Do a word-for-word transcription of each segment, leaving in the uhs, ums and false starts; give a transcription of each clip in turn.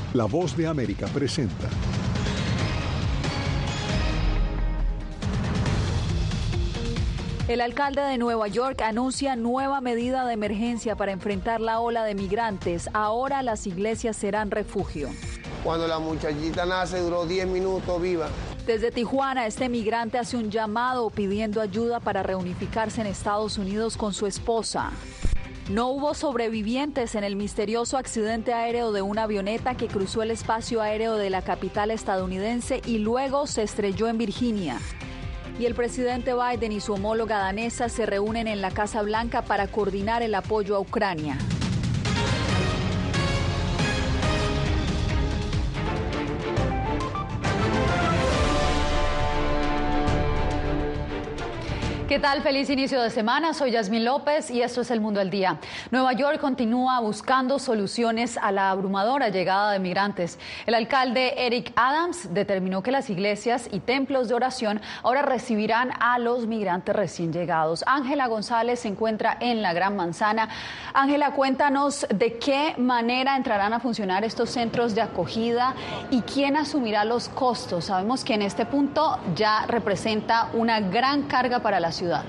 La Voz de América presenta. El alcalde de Nueva York anuncia nueva medida de emergencia para enfrentar la ola de migrantes. Ahora las iglesias serán refugio. Cuando la muchachita nace, duró diez minutos viva. Desde Tijuana, este migrante hace un llamado pidiendo ayuda para reunificarse en Estados Unidos con su esposa. No hubo sobrevivientes en el misterioso accidente aéreo de una avioneta que cruzó el espacio aéreo de la capital estadounidense y luego se estrelló en Virginia. Y el presidente Biden y su homóloga danesa se reúnen en la Casa Blanca para coordinar el apoyo a Ucrania. ¿Qué tal? Feliz inicio de semana. Soy Yasmín López y esto es El Mundo al Día. Nueva York continúa buscando soluciones a la abrumadora llegada de migrantes. El alcalde Eric Adams determinó que las iglesias y templos de oración ahora recibirán a los migrantes recién llegados. Ángela González se encuentra en la Gran Manzana. Ángela, cuéntanos de qué manera entrarán a funcionar estos centros de acogida y quién asumirá los costos. Sabemos que en este punto ya representa una gran carga para la ciudad. ciudad.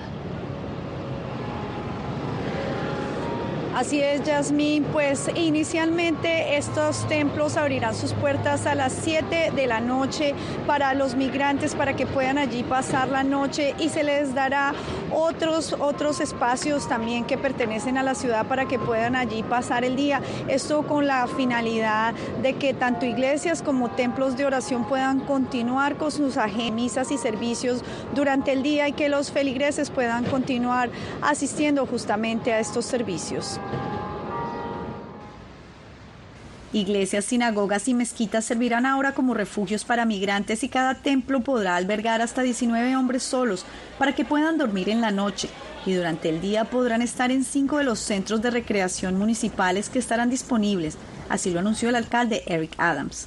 Así es, Yasmín, pues inicialmente estos templos abrirán sus puertas a las siete de la noche para los migrantes, para que puedan allí pasar la noche, y se les dará otros, otros espacios también que pertenecen a la ciudad para que puedan allí pasar el día. Esto con la finalidad de que tanto iglesias como templos de oración puedan continuar con sus misas y servicios durante el día y que los feligreses puedan continuar asistiendo justamente a estos servicios. Iglesias, sinagogas y mezquitas servirán ahora como refugios para migrantes y cada templo podrá albergar hasta diecinueve hombres solos para que puedan dormir en la noche, y durante el día podrán estar en cinco de los centros de recreación municipales que estarán disponibles. Así lo anunció el alcalde Eric Adams.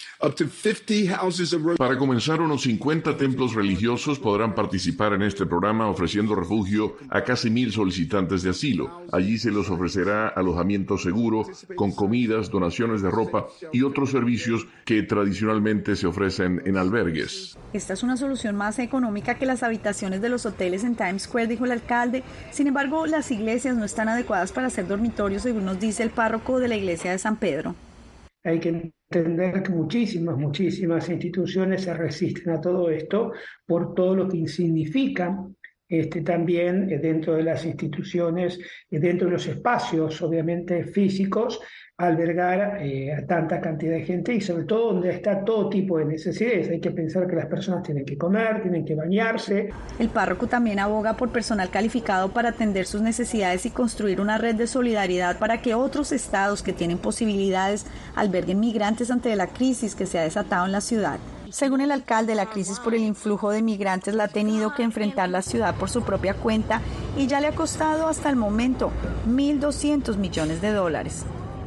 Para comenzar, unos cincuenta templos religiosos podrán participar en este programa ofreciendo refugio a casi mil solicitantes de asilo. Allí se les ofrecerá alojamiento seguro, con comidas, donaciones de ropa y otros servicios que tradicionalmente se ofrecen en albergues. Esta es una solución más económica que las habitaciones de los hoteles en Times Square, dijo el alcalde. Sin embargo, las iglesias no están adecuadas para ser dormitorios, según nos dice el párroco de la iglesia de San Pedro. Hay que entender que muchísimas, muchísimas instituciones se resisten a todo esto por todo lo que significa este, también dentro de las instituciones, dentro de los espacios, obviamente físicos, albergar eh, a tanta cantidad de gente y sobre todo donde está todo tipo de necesidades. Hay que pensar que las personas tienen que comer, tienen que bañarse. El párroco también aboga por personal calificado para atender sus necesidades y construir una red de solidaridad para que otros estados que tienen posibilidades alberguen migrantes ante la crisis que se ha desatado en la ciudad. Según el alcalde, la crisis por el influjo de migrantes la ha tenido que enfrentar la ciudad por su propia cuenta y ya le ha costado hasta el momento mil doscientos millones de dólares.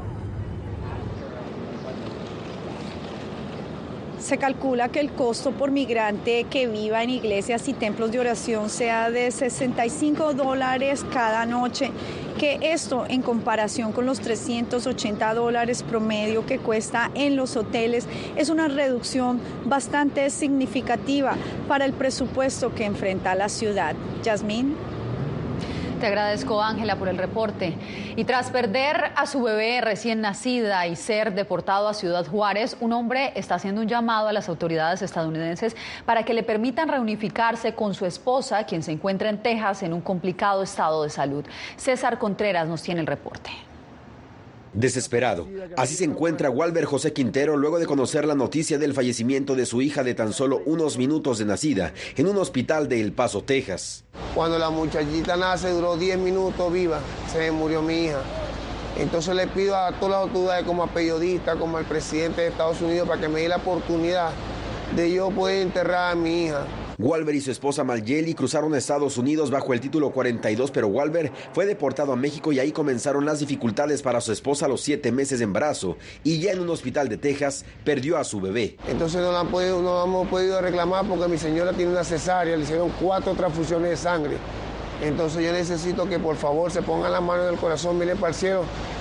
Se calcula que el costo por migrante que viva en iglesias y templos de oración sea de sesenta y cinco dólares cada noche, que esto en comparación con los trescientos ochenta dólares promedio que cuesta en los hoteles es una reducción bastante significativa para el presupuesto que enfrenta la ciudad. Yasmín. Te agradezco, Ángela, por el reporte. Y tras perder a su bebé recién nacida y ser deportado a Ciudad Juárez, un hombre está haciendo un llamado a las autoridades estadounidenses para que le permitan reunificarse con su esposa, quien se encuentra en Texas en un complicado estado de salud. César Contreras nos tiene el reporte. Desesperado, así se encuentra Walber José Quintero luego de conocer la noticia del fallecimiento de su hija de tan solo unos minutos de nacida en un hospital de El Paso, Texas. Cuando la muchachita nace, duró diez minutos viva, se me murió mi hija. Entonces le pido a todas las autoridades, como a periodistas, como al presidente de Estados Unidos, para que me dé la oportunidad de yo poder enterrar a mi hija. Walber y su esposa Malyeli cruzaron a Estados Unidos bajo el título cuarenta y dos, pero Walber fue deportado a México y ahí comenzaron las dificultades para su esposa a los siete meses de embarazo, y ya en un hospital de Texas perdió a su bebé. Entonces no, la han podido, no hemos podido reclamar porque mi señora tiene una cesárea, le hicieron cuatro transfusiones de sangre. Entonces yo necesito que por favor se pongan la mano en el corazón, miren para el cielo,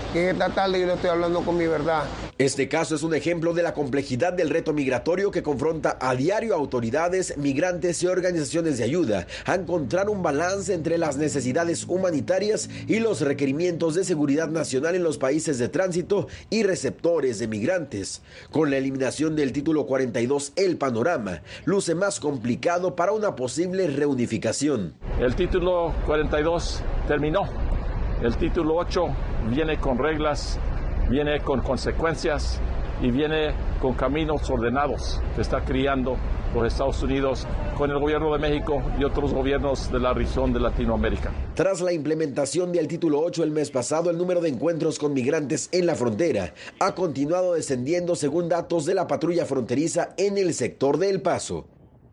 que esta tarde yo le estoy hablando con mi verdad. Este caso es un ejemplo de la complejidad del reto migratorio que confronta a diario a autoridades, migrantes y organizaciones de ayuda a encontrar un balance entre las necesidades humanitarias y los requerimientos de seguridad nacional en los países de tránsito y receptores de migrantes. Con la eliminación del título cuarenta y dos, el panorama luce más complicado para una posible reunificación. El título cuarenta y dos terminó. El título ocho viene con reglas, viene con consecuencias y viene con caminos ordenados que está creando los Estados Unidos con el gobierno de México y otros gobiernos de la región de Latinoamérica. Tras la implementación del título ocho el mes pasado, el número de encuentros con migrantes en la frontera ha continuado descendiendo según datos de la patrulla fronteriza en el sector de El Paso.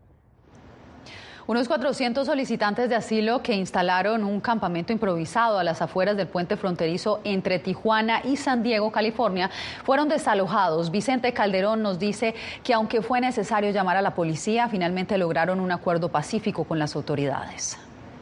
Unos cuatrocientos solicitantes de asilo que instalaron un campamento improvisado a las afueras del puente fronterizo entre Tijuana y San Diego, California, fueron desalojados. Vicente Calderón nos dice que aunque fue necesario llamar a la policía, finalmente lograron un acuerdo pacífico con las autoridades.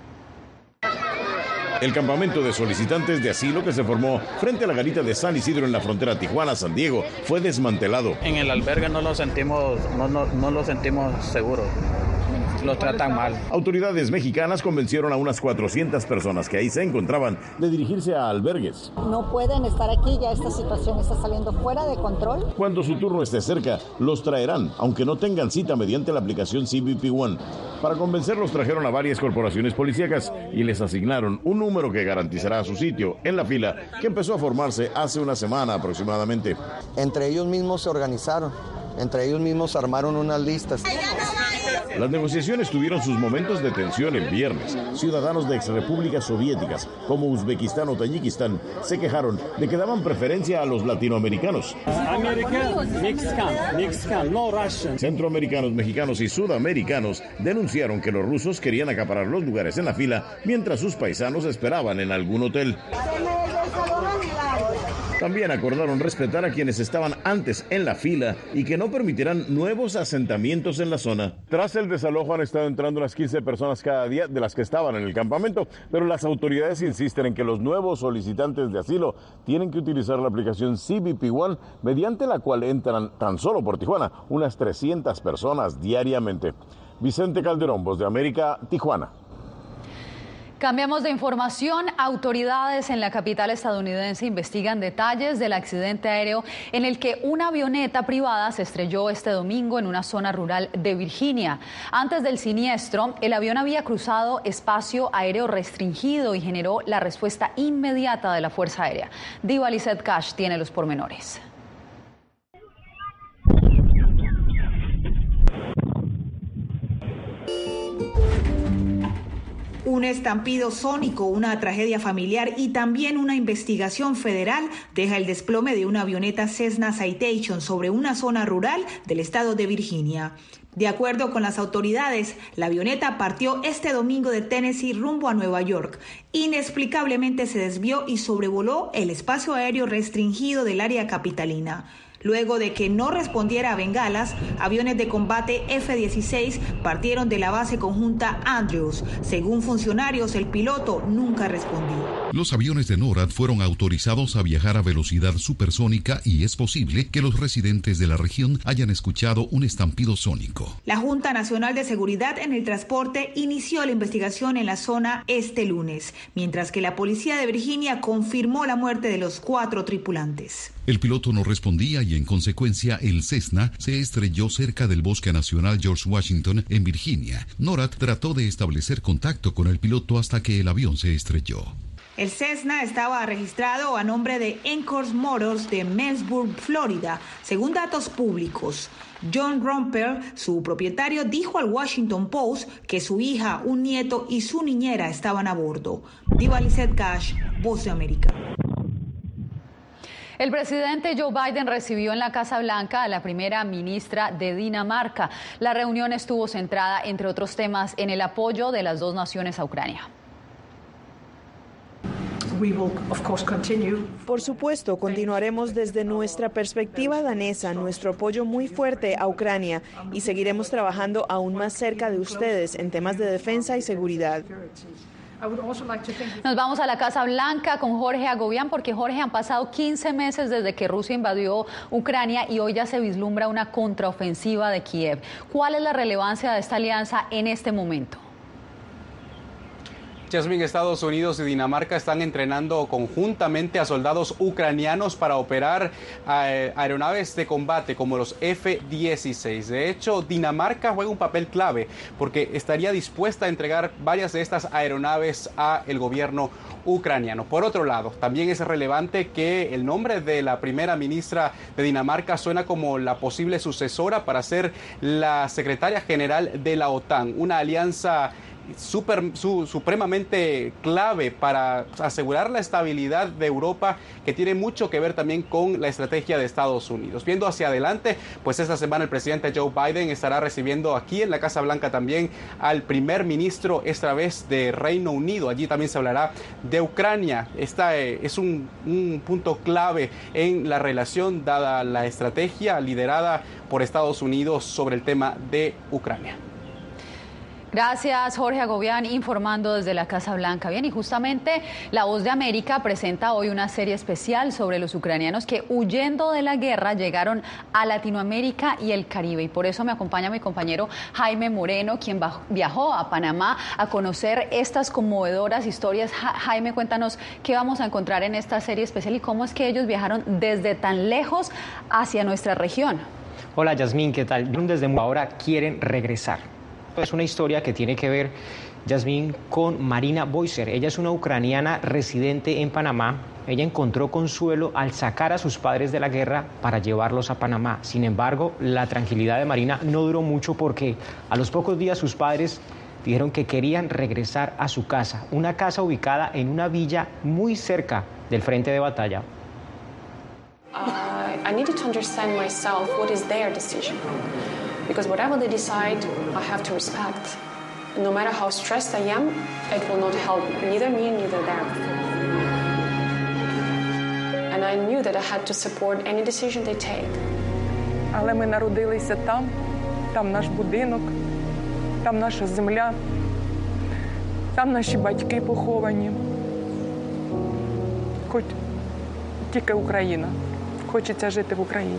El campamento de solicitantes de asilo que se formó frente a la garita de San Isidro en la frontera Tijuana-San Diego fue desmantelado. En el albergue no lo sentimos, no, no, no lo sentimos seguro. Los tratan mal. Autoridades mexicanas convencieron a unas cuatrocientas personas que ahí se encontraban de dirigirse a albergues. No pueden estar aquí, ya esta situación está saliendo fuera de control. Cuando su turno esté cerca, los traerán, aunque no tengan cita mediante la aplicación C B P One. Para convencerlos trajeron a varias corporaciones policíacas y les asignaron un número que garantizará su sitio en la fila que empezó a formarse hace una semana aproximadamente. Entre ellos mismos se organizaron, entre ellos mismos armaron unas listas. Las negociaciones tuvieron sus momentos de tensión el viernes. Ciudadanos de exrepúblicas soviéticas como Uzbekistán o Tayikistán se quejaron de que daban preferencia a los latinoamericanos. Centroamericanos, mexicanos y sudamericanos denunciaron que los rusos querían acaparar los lugares en la fila mientras sus paisanos esperaban en algún hotel. También acordaron respetar a quienes estaban antes en la fila y que no permitirán nuevos asentamientos en la zona. Tras el desalojo han estado entrando unas quince personas cada día de las que estaban en el campamento, pero las autoridades insisten en que los nuevos solicitantes de asilo tienen que utilizar la aplicación C B P One, mediante la cual entran tan solo por Tijuana unas trescientas personas diariamente. Vicente Calderón, Voz de América, Tijuana. Cambiamos de información. Autoridades en la capital estadounidense investigan detalles del accidente aéreo en el que una avioneta privada se estrelló este domingo en una zona rural de Virginia. Antes del siniestro, el avión había cruzado espacio aéreo restringido y generó la respuesta inmediata de la Fuerza Aérea. Diva Lizette Cash tiene los pormenores. Un estampido sónico, una tragedia familiar y también una investigación federal deja el desplome de una avioneta Cessna Citation sobre una zona rural del estado de Virginia. De acuerdo con las autoridades, la avioneta partió este domingo de Tennessee rumbo a Nueva York. Inexplicablemente se desvió y sobrevoló el espacio aéreo restringido del área capitalina. Luego de que no respondiera a bengalas, aviones de combate F dieciséis partieron de la base conjunta Andrews. Según funcionarios, el piloto nunca respondió. Los aviones de NORAD fueron autorizados a viajar a velocidad supersónica y es posible que los residentes de la región hayan escuchado un estampido sónico. La Junta Nacional de Seguridad en el Transporte inició la investigación en la zona este lunes, mientras que la policía de Virginia confirmó la muerte de los cuatro tripulantes. El piloto no respondía y en consecuencia el Cessna se estrelló cerca del Bosque Nacional George Washington en Virginia. NORAD trató de establecer contacto con el piloto hasta que el avión se estrelló. El Cessna estaba registrado a nombre de Encores Motors de Mansburg, Florida, según datos públicos. John Romper, su propietario, dijo al Washington Post que su hija, un nieto y su niñera estaban a bordo. Diva Lizette Cash, Voz de América. El presidente Joe Biden recibió en la Casa Blanca a la primera ministra de Dinamarca. La reunión estuvo centrada, entre otros temas, en el apoyo de las dos naciones a Ucrania. Por supuesto, continuaremos desde nuestra perspectiva danesa nuestro apoyo muy fuerte a Ucrania y seguiremos trabajando aún más cerca de ustedes en temas de defensa y seguridad. Nos vamos a la Casa Blanca con Jorge Agobián, porque Jorge, han pasado quince meses desde que Rusia invadió Ucrania y hoy ya se vislumbra una contraofensiva de Kiev. ¿Cuál es la relevancia de esta alianza en este momento? Yasmín, Estados Unidos y Dinamarca están entrenando conjuntamente a soldados ucranianos para operar eh, aeronaves de combate como los F dieciséis. De hecho, Dinamarca juega un papel clave porque estaría dispuesta a entregar varias de estas aeronaves al gobierno ucraniano. Por otro lado, también es relevante que el nombre de la primera ministra de Dinamarca suena como la posible sucesora para ser la secretaria general de la OTAN, una alianza Super, su, supremamente clave para asegurar la estabilidad de Europa, que tiene mucho que ver también con la estrategia de Estados Unidos. Viendo hacia adelante, pues esta semana el presidente Joe Biden estará recibiendo aquí en la Casa Blanca también al primer ministro, esta vez de Reino Unido. Allí también se hablará de Ucrania. Esta eh, es un, un punto clave en la relación, dada la estrategia liderada por Estados Unidos sobre el tema de Ucrania. Gracias, Jorge Agobián, informando desde la Casa Blanca. Bien, y justamente La Voz de América presenta hoy una serie especial sobre los ucranianos que, huyendo de la guerra, llegaron a Latinoamérica y el Caribe. Y por eso me acompaña mi compañero Jaime Moreno, quien viajó a Panamá a conocer estas conmovedoras historias. Ja- Jaime, cuéntanos qué vamos a encontrar en esta serie especial y cómo es que ellos viajaron desde tan lejos hacia nuestra región. Hola, Yasmín, ¿qué tal? Desde ahora quieren regresar. Es una historia que tiene que ver, Yasmín, con Marina Boiser. Ella es una ucraniana residente en Panamá. Ella encontró consuelo al sacar a sus padres de la guerra para llevarlos a Panamá. Sin embargo, la tranquilidad de Marina no duró mucho porque a los pocos días sus padres dijeron que querían regresar a su casa, una casa ubicada en una villa muy cerca del frente de batalla. Uh, I needed to understand myself what is their decision. Because whatever they decide, I have to respect. No matter how stressed I am, it will not help neither me, neither them. And I knew that I had to support any decision they take. Але ми народилися там, там наш будинок, там наша земля, там наші батьки поховані. Хоч тільки Україна. Хочеться жити в Україні.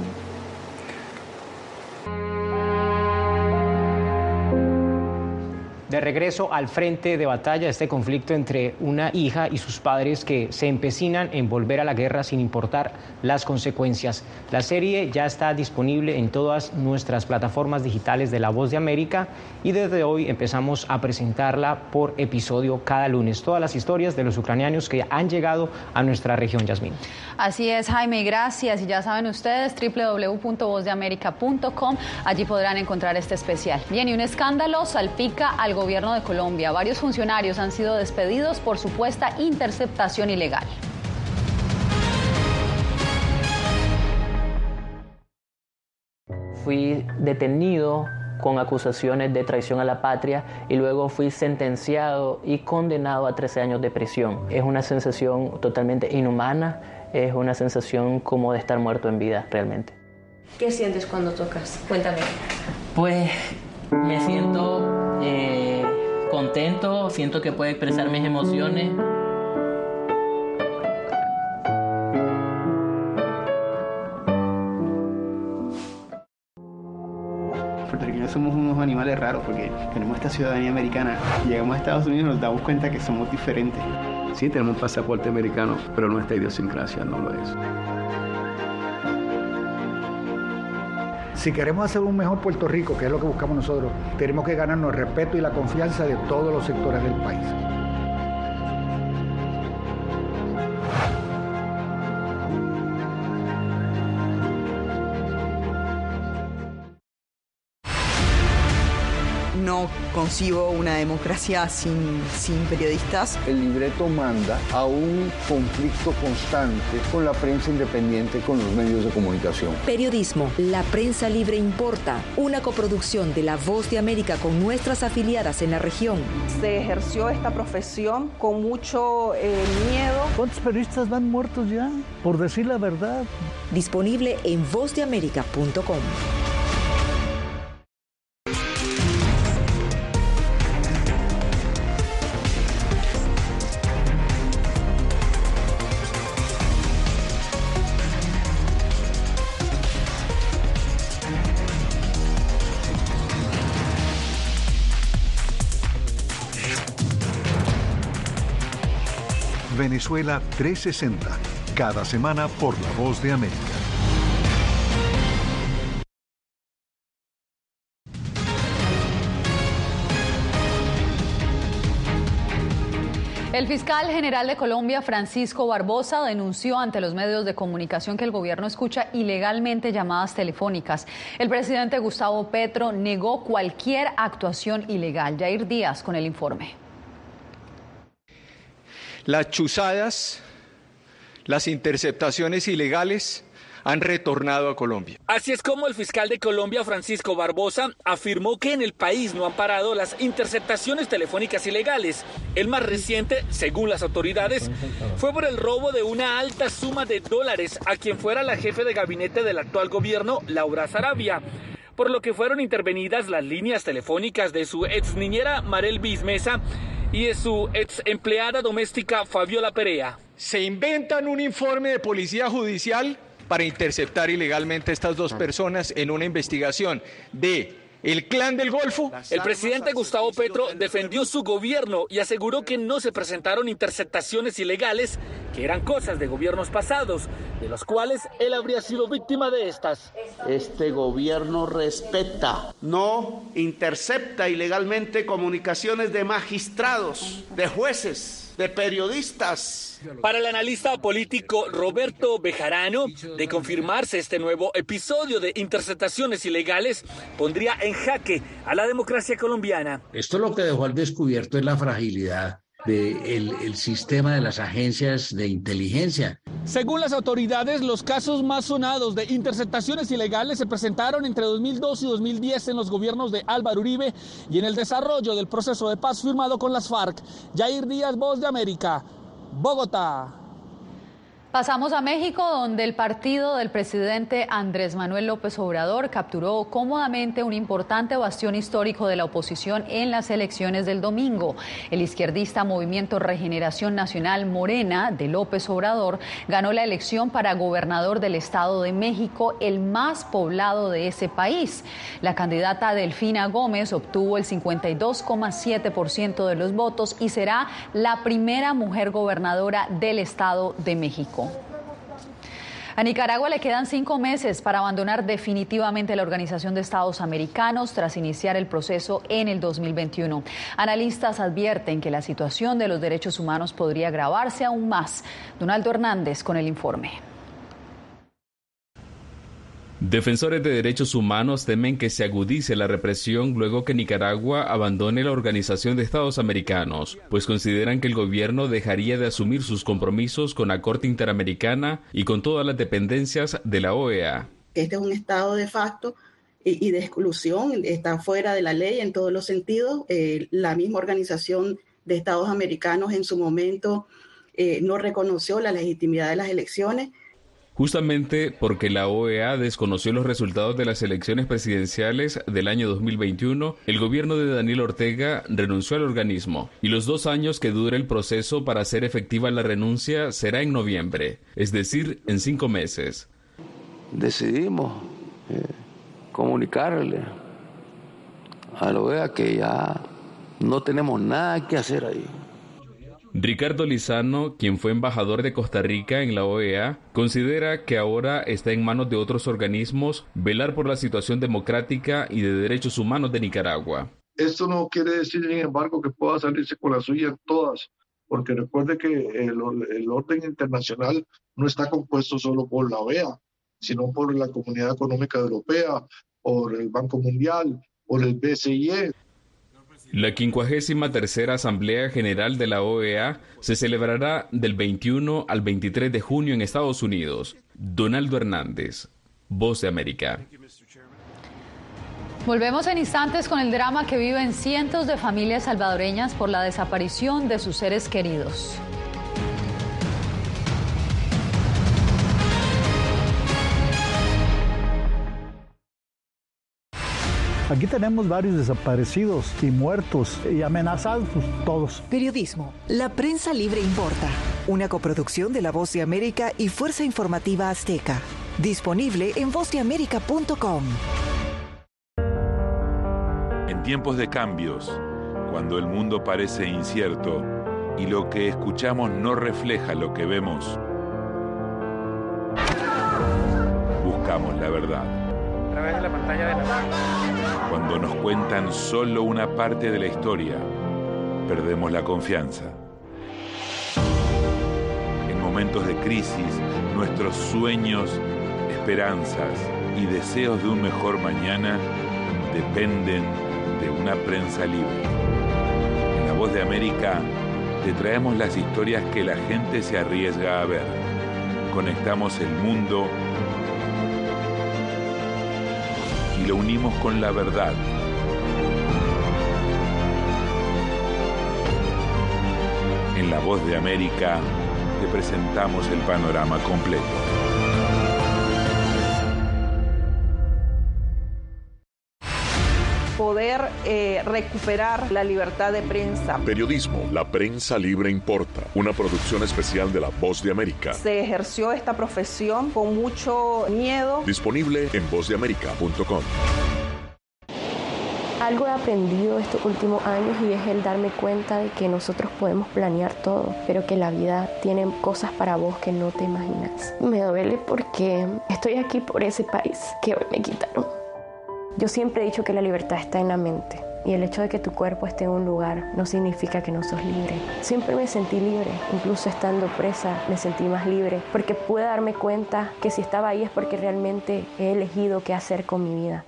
De regreso al frente de batalla, este conflicto entre una hija y sus padres que se empecinan en volver a la guerra sin importar las consecuencias. La serie ya está disponible en todas nuestras plataformas digitales de La Voz de América y desde hoy empezamos a presentarla por episodio cada lunes. Todas las historias de los ucranianos que han llegado a nuestra región, Yasmín. Así es, Jaime, gracias. Y ya saben ustedes, doble u doble u doble u punto voz de américa punto com, allí podrán encontrar este especial. Bien, y un escándalo salpica al gobierno de Colombia. Varios funcionarios han sido despedidos por supuesta interceptación ilegal. Fui detenido con acusaciones de traición a la patria y luego fui sentenciado y condenado a trece años de prisión. Es una sensación totalmente inhumana, es una sensación como de estar muerto en vida realmente. ¿Qué sientes cuando tocas? Cuéntame. Pues me siento eh, contento, siento que puedo expresar mis emociones. Puertorriqueños somos unos animales raros porque tenemos esta ciudadanía americana y llegamos a Estados Unidos y nos damos cuenta que somos diferentes. Sí, tenemos un pasaporte americano, pero nuestra idiosincrasia no lo es. Si queremos hacer un mejor Puerto Rico, que es lo que buscamos nosotros, tenemos que ganarnos el respeto y la confianza de todos los sectores del país. No concibo una democracia sin, sin periodistas. El libreto manda a un conflicto constante con la prensa independiente, con los medios de comunicación. Periodismo, la prensa libre importa. Una coproducción de La Voz de América con nuestras afiliadas en la región. Se ejerció esta profesión con mucho eh, miedo. ¿Cuántos periodistas van muertos ya por decir la verdad? Disponible en voz de américa punto com. Venezuela trescientos sesenta, cada semana por La Voz de América. El fiscal general de Colombia, Francisco Barbosa, denunció ante los medios de comunicación que el gobierno escucha ilegalmente llamadas telefónicas. El presidente Gustavo Petro negó cualquier actuación ilegal. Yair Díaz con el informe. Las chuzadas, las interceptaciones ilegales han retornado a Colombia. Así es como el fiscal de Colombia, Francisco Barbosa, afirmó que en el país no han parado las interceptaciones telefónicas ilegales. El más reciente, según las autoridades, fue por el robo de una alta suma de dólares a quien fuera la jefe de gabinete del actual gobierno, Laura Sarabia, por lo que fueron intervenidas las líneas telefónicas de su ex niñera Marel Bismesa y de su ex empleada doméstica Fabiola Perea. Se inventan un informe de policía judicial para interceptar ilegalmente a estas dos personas en una investigación de el Clan del Golfo. El presidente Gustavo Petro defendió su gobierno y aseguró que no se presentaron interceptaciones ilegales, que eran cosas de gobiernos pasados, de los cuales él habría sido víctima de estas. Este gobierno respeta, no intercepta ilegalmente comunicaciones de magistrados, de jueces, de periodistas. Para el analista político Roberto Bejarano, de confirmarse este nuevo episodio de interceptaciones ilegales, pondría en jaque a la democracia colombiana. Esto lo que dejó al descubierto es la fragilidad del el sistema de las agencias de inteligencia. Según las autoridades, los casos más sonados de interceptaciones ilegales se presentaron entre dos mil dos y dos mil diez en los gobiernos de Álvaro Uribe y en el desarrollo del proceso de paz firmado con las FARC. Yair Díaz, Voz de América, Bogotá. Pasamos a México, donde el partido del presidente Andrés Manuel López Obrador capturó cómodamente un importante bastión histórico de la oposición en las elecciones del domingo. El izquierdista Movimiento Regeneración Nacional Morena de López Obrador ganó la elección para gobernador del Estado de México, el más poblado de ese país. La candidata Delfina Gómez obtuvo el cincuenta y dos coma siete por ciento de los votos y será la primera mujer gobernadora del Estado de México. A Nicaragua le quedan cinco meses para abandonar definitivamente la Organización de Estados Americanos tras iniciar el proceso en el dos mil veintiuno. Analistas advierten que la situación de los derechos humanos podría agravarse aún más. Donaldo Hernández con el informe. Defensores de derechos humanos temen que se agudice la represión luego que Nicaragua abandone la Organización de Estados Americanos, pues consideran que el gobierno dejaría de asumir sus compromisos con la Corte Interamericana y con todas las dependencias de la O E A. Este es un estado de facto y de exclusión, está fuera de la ley en todos los sentidos. Eh, la misma Organización de Estados Americanos en su momento eh, no reconoció la legitimidad de las elecciones. Justamente porque la O E A desconoció los resultados de las elecciones presidenciales del año dos mil veintiuno, el gobierno de Daniel Ortega renunció al organismo y los dos años que dure el proceso para hacer efectiva la renuncia será en noviembre, es decir, en cinco meses. Decidimos eh, comunicarle a la O E A que ya no tenemos nada que hacer ahí. Ricardo Lizano, quien fue embajador de Costa Rica en la O E A, considera que ahora está en manos de otros organismos velar por la situación democrática y de derechos humanos de Nicaragua. Esto no quiere decir, sin embargo, que pueda salirse con la suya en todas, porque recuerde que el, el orden internacional no está compuesto solo por la O E A, sino por la Comunidad Económica Europea, por el Banco Mundial, por el B C I E. La quincuagésima tercera Asamblea General de la O E A se celebrará del veintiuno al veintitrés de junio en Estados Unidos. Donaldo Hernández, Voz de América. Volvemos en instantes con el drama que viven cientos de familias salvadoreñas por la desaparición de sus seres queridos. Aquí tenemos varios desaparecidos y muertos y amenazados, pues, todos. Periodismo. La prensa libre importa. Una coproducción de La Voz de América y Fuerza Informativa Azteca. Disponible en voz de américa punto com. En tiempos de cambios, cuando el mundo parece incierto, y lo que escuchamos no refleja lo que vemos, buscamos la verdad. A través de la pantalla de la... Cuando nos cuentan solo una parte de la historia, perdemos la confianza. En momentos de crisis, nuestros sueños, esperanzas y deseos de un mejor mañana dependen de una prensa libre. En La Voz de América te traemos las historias que la gente se arriesga a ver. Conectamos el mundo y lo unimos con la verdad. En La Voz de América te presentamos el panorama completo. Poder eh, recuperar la libertad de prensa. Periodismo, la prensa libre importa. Una producción especial de La Voz de América. Se ejerció esta profesión con mucho miedo. Disponible en voz de américa punto com. Algo he aprendido estos últimos años y es el darme cuenta de que nosotros podemos planear todo, pero que la vida tiene cosas para vos que no te imaginas. Me duele porque estoy aquí por ese país que hoy me quitaron. Yo siempre he dicho que la libertad está en la mente y el hecho de que tu cuerpo esté en un lugar no significa que no sos libre. Siempre me sentí libre, incluso estando presa me sentí más libre porque pude darme cuenta que si estaba ahí es porque realmente he elegido qué hacer con mi vida.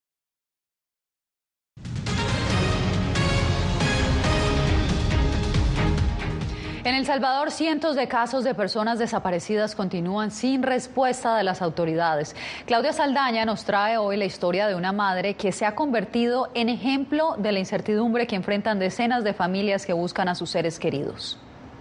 En El Salvador, cientos de casos de personas desaparecidas continúan sin respuesta de las autoridades. Claudia Saldaña nos trae hoy la historia de una madre que se ha convertido en ejemplo de la incertidumbre que enfrentan decenas de familias que buscan a sus seres queridos.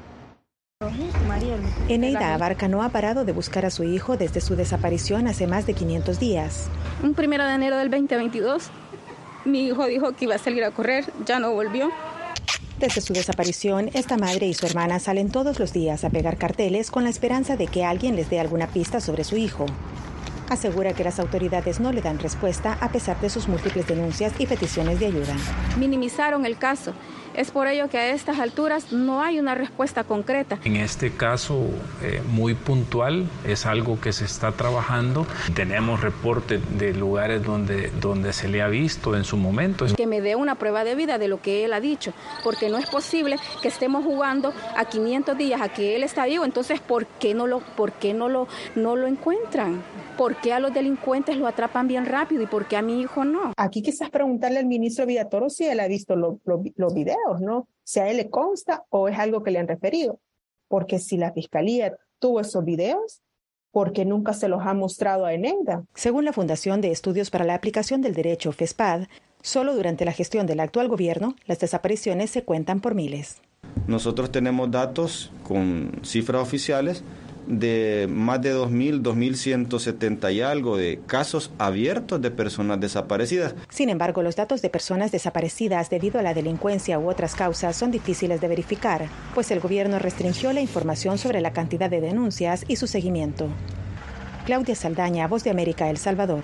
Eneida Abarca no ha parado de buscar a su hijo desde su desaparición hace más de quinientos días. Un primero de enero del veinte veintidós, mi hijo dijo que iba a salir a correr, ya no volvió. Desde su desaparición, esta madre y su hermana salen todos los días a pegar carteles con la esperanza de que alguien les dé alguna pista sobre su hijo. Asegura que las autoridades no le dan respuesta a pesar de sus múltiples denuncias y peticiones de ayuda. Minimizaron el caso. Es por ello que a estas alturas no hay una respuesta concreta. En este caso eh, muy puntual es algo que se está trabajando. Tenemos reportes de lugares donde, donde se le ha visto en su momento. Que me dé una prueba de vida de lo que él ha dicho, porque no es posible que estemos jugando a quinientos días a que él está vivo. Entonces, ¿por qué no lo, por qué no lo, no lo encuentran? ¿Por qué a los delincuentes lo atrapan bien rápido y por qué a mi hijo no? Aquí quizás preguntarle al ministro Villatoro si él ha visto lo, lo, los videos, ¿no? Si a él le consta o es algo que le han referido. Porque si la fiscalía tuvo esos videos, ¿por qué nunca se los ha mostrado a Eneida? Según la Fundación de Estudios para la Aplicación del Derecho, FESPAD, solo durante la gestión del actual gobierno, las desapariciones se cuentan por miles. Nosotros tenemos datos con cifras oficiales de más de dos mil, dos mil ciento setenta y algo de casos abiertos de personas desaparecidas. Sin embargo, los datos de personas desaparecidas debido a la delincuencia u otras causas son difíciles de verificar, pues el gobierno restringió la información sobre la cantidad de denuncias y su seguimiento. Claudia Saldaña, Voz de América, El Salvador.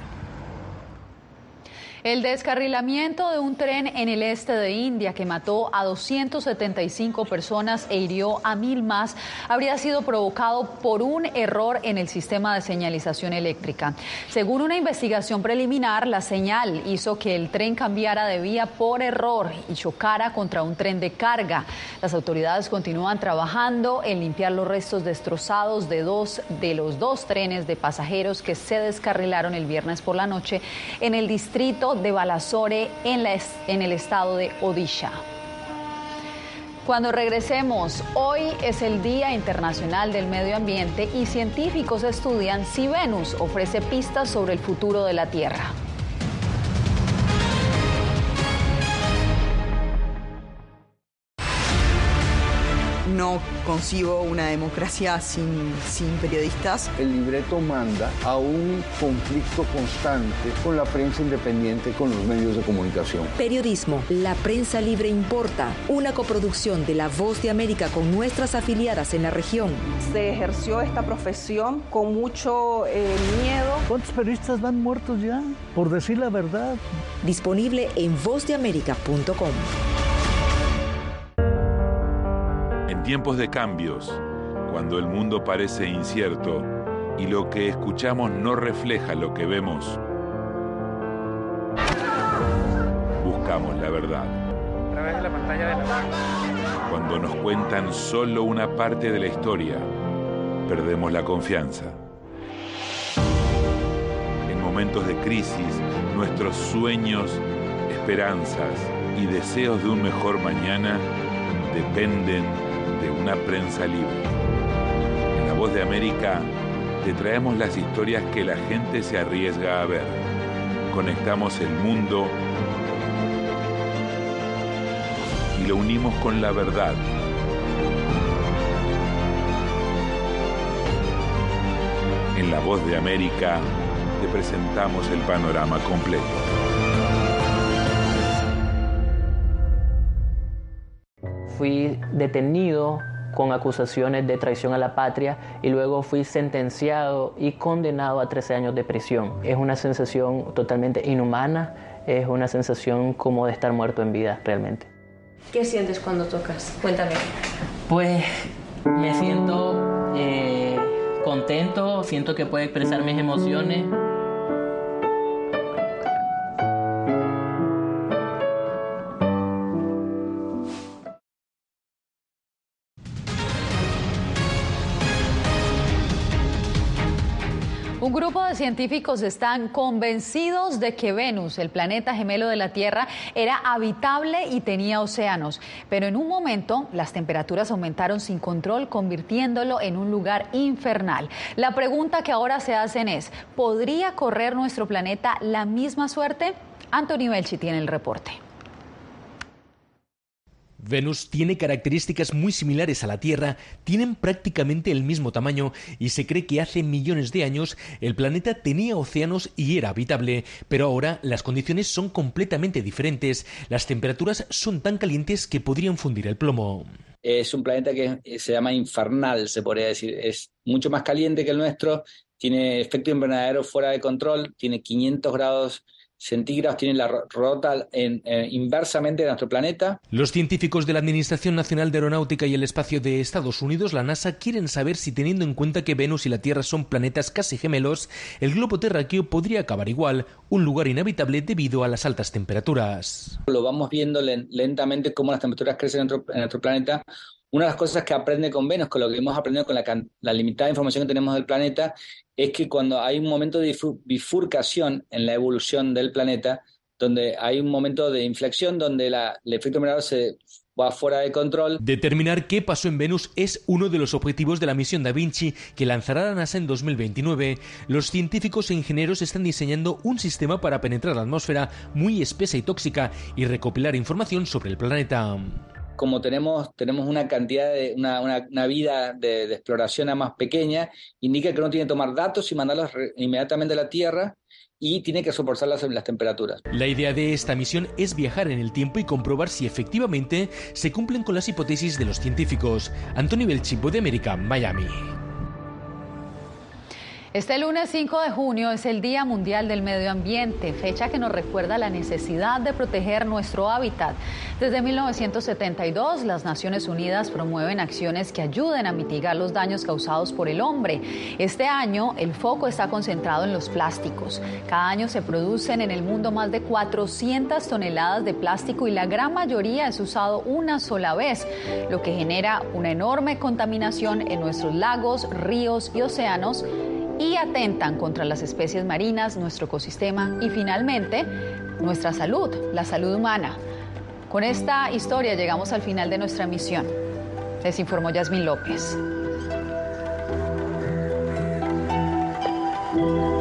El descarrilamiento de un tren en el este de India que mató a doscientas setenta y cinco personas e hirió a mil más habría sido provocado por un error en el sistema de señalización eléctrica. Según una investigación preliminar, la señal hizo que el tren cambiara de vía por error y chocara contra un tren de carga. Las autoridades continúan trabajando en limpiar los restos destrozados de dos de los dos trenes de pasajeros que se descarrilaron el viernes por la noche en el distrito de Balasore en, la, en el estado de Odisha. Cuando regresemos, hoy es el Día Internacional del Medio Ambiente y científicos estudian si Venus ofrece pistas sobre el futuro de la Tierra. No concibo una democracia sin, sin periodistas. El libreto manda a un conflicto constante con la prensa independiente, con los medios de comunicación. Periodismo, la prensa libre importa. Una coproducción de La Voz de América con nuestras afiliadas en la región. Se ejerció esta profesión con mucho eh, miedo. ¿Cuántos periodistas van muertos ya? Por decir la verdad. Disponible en voz de américa punto com. tiempos de cambios, cuando el mundo parece incierto y lo que escuchamos no refleja lo que vemos, buscamos la verdad. A través de la pantalla de la... Cuando nos cuentan solo una parte de la historia, perdemos la confianza. En momentos de crisis, nuestros sueños, esperanzas y deseos de un mejor mañana dependen de una prensa libre. En La Voz de América te traemos las historias que la gente se arriesga a ver. Conectamos el mundo y lo unimos con la verdad. En La Voz de América te presentamos el panorama completo. Fui detenido con acusaciones de traición a la patria y luego fui sentenciado y condenado a trece años de prisión. Es una sensación totalmente inhumana, es una sensación como de estar muerto en vida realmente. ¿Qué sientes cuando tocas? Cuéntame. Pues me siento eh, contento, siento que puedo expresar mis emociones. Un grupo de científicos están convencidos de que Venus, el planeta gemelo de la Tierra, era habitable y tenía océanos. Pero en un momento las temperaturas aumentaron sin control, convirtiéndolo en un lugar infernal. La pregunta que ahora se hacen es, ¿podría correr nuestro planeta la misma suerte? Anthony Belchi tiene el reporte. Venus tiene características muy similares a la Tierra, tienen prácticamente el mismo tamaño y se cree que hace millones de años el planeta tenía océanos y era habitable, pero ahora las condiciones son completamente diferentes. Las temperaturas son tan calientes que podrían fundir el plomo. Es un planeta que se llama infernal, se podría decir. Es mucho más caliente que el nuestro, tiene efecto invernadero fuera de control, tiene quinientos grados centígrados, tiene la rota en, eh, inversamente de nuestro planeta. Los científicos de la Administración Nacional de Aeronáutica y el Espacio de Estados Unidos, la NASA, quieren saber si, teniendo en cuenta que Venus y la Tierra son planetas casi gemelos, el globo terráqueo podría acabar igual, un lugar inhabitable debido a las altas temperaturas. Lo vamos viendo lentamente cómo las temperaturas crecen en nuestro, en nuestro planeta. Una de las cosas que aprende con Venus, con lo que hemos aprendido con la, la limitada información que tenemos del planeta, es que cuando hay un momento de bifurcación en la evolución del planeta, donde hay un momento de inflexión, donde la, el efecto invernadero se va fuera de control. Determinar qué pasó en Venus es uno de los objetivos de la misión Da Vinci que lanzará la NASA en dos mil veintinueve. Los científicos e ingenieros están diseñando un sistema para penetrar la atmósfera muy espesa y tóxica y recopilar información sobre el planeta. Como tenemos, tenemos una cantidad de una, una, una vida de, de exploración a más pequeña, indica que uno tiene que tomar datos y mandarlos re, inmediatamente a la Tierra y tiene que soportar las, las temperaturas. La idea de esta misión es viajar en el tiempo y comprobar si efectivamente se cumplen con las hipótesis de los científicos. Anthony Belchi, Voz de América, Miami. Este lunes cinco de junio es el Día Mundial del Medio Ambiente, fecha que nos recuerda la necesidad de proteger nuestro hábitat. Desde mil novecientos setenta y dos, las Naciones Unidas promueven acciones que ayuden a mitigar los daños causados por el hombre. Este año, el foco está concentrado en los plásticos. Cada año se producen en el mundo más de cuatrocientas toneladas de plástico y la gran mayoría es usado una sola vez, lo que genera una enorme contaminación en nuestros lagos, ríos y océanos, y atentan contra las especies marinas, nuestro ecosistema y finalmente nuestra salud, la salud humana. Con esta historia llegamos al final de nuestra misión. Les informó Yasmín López.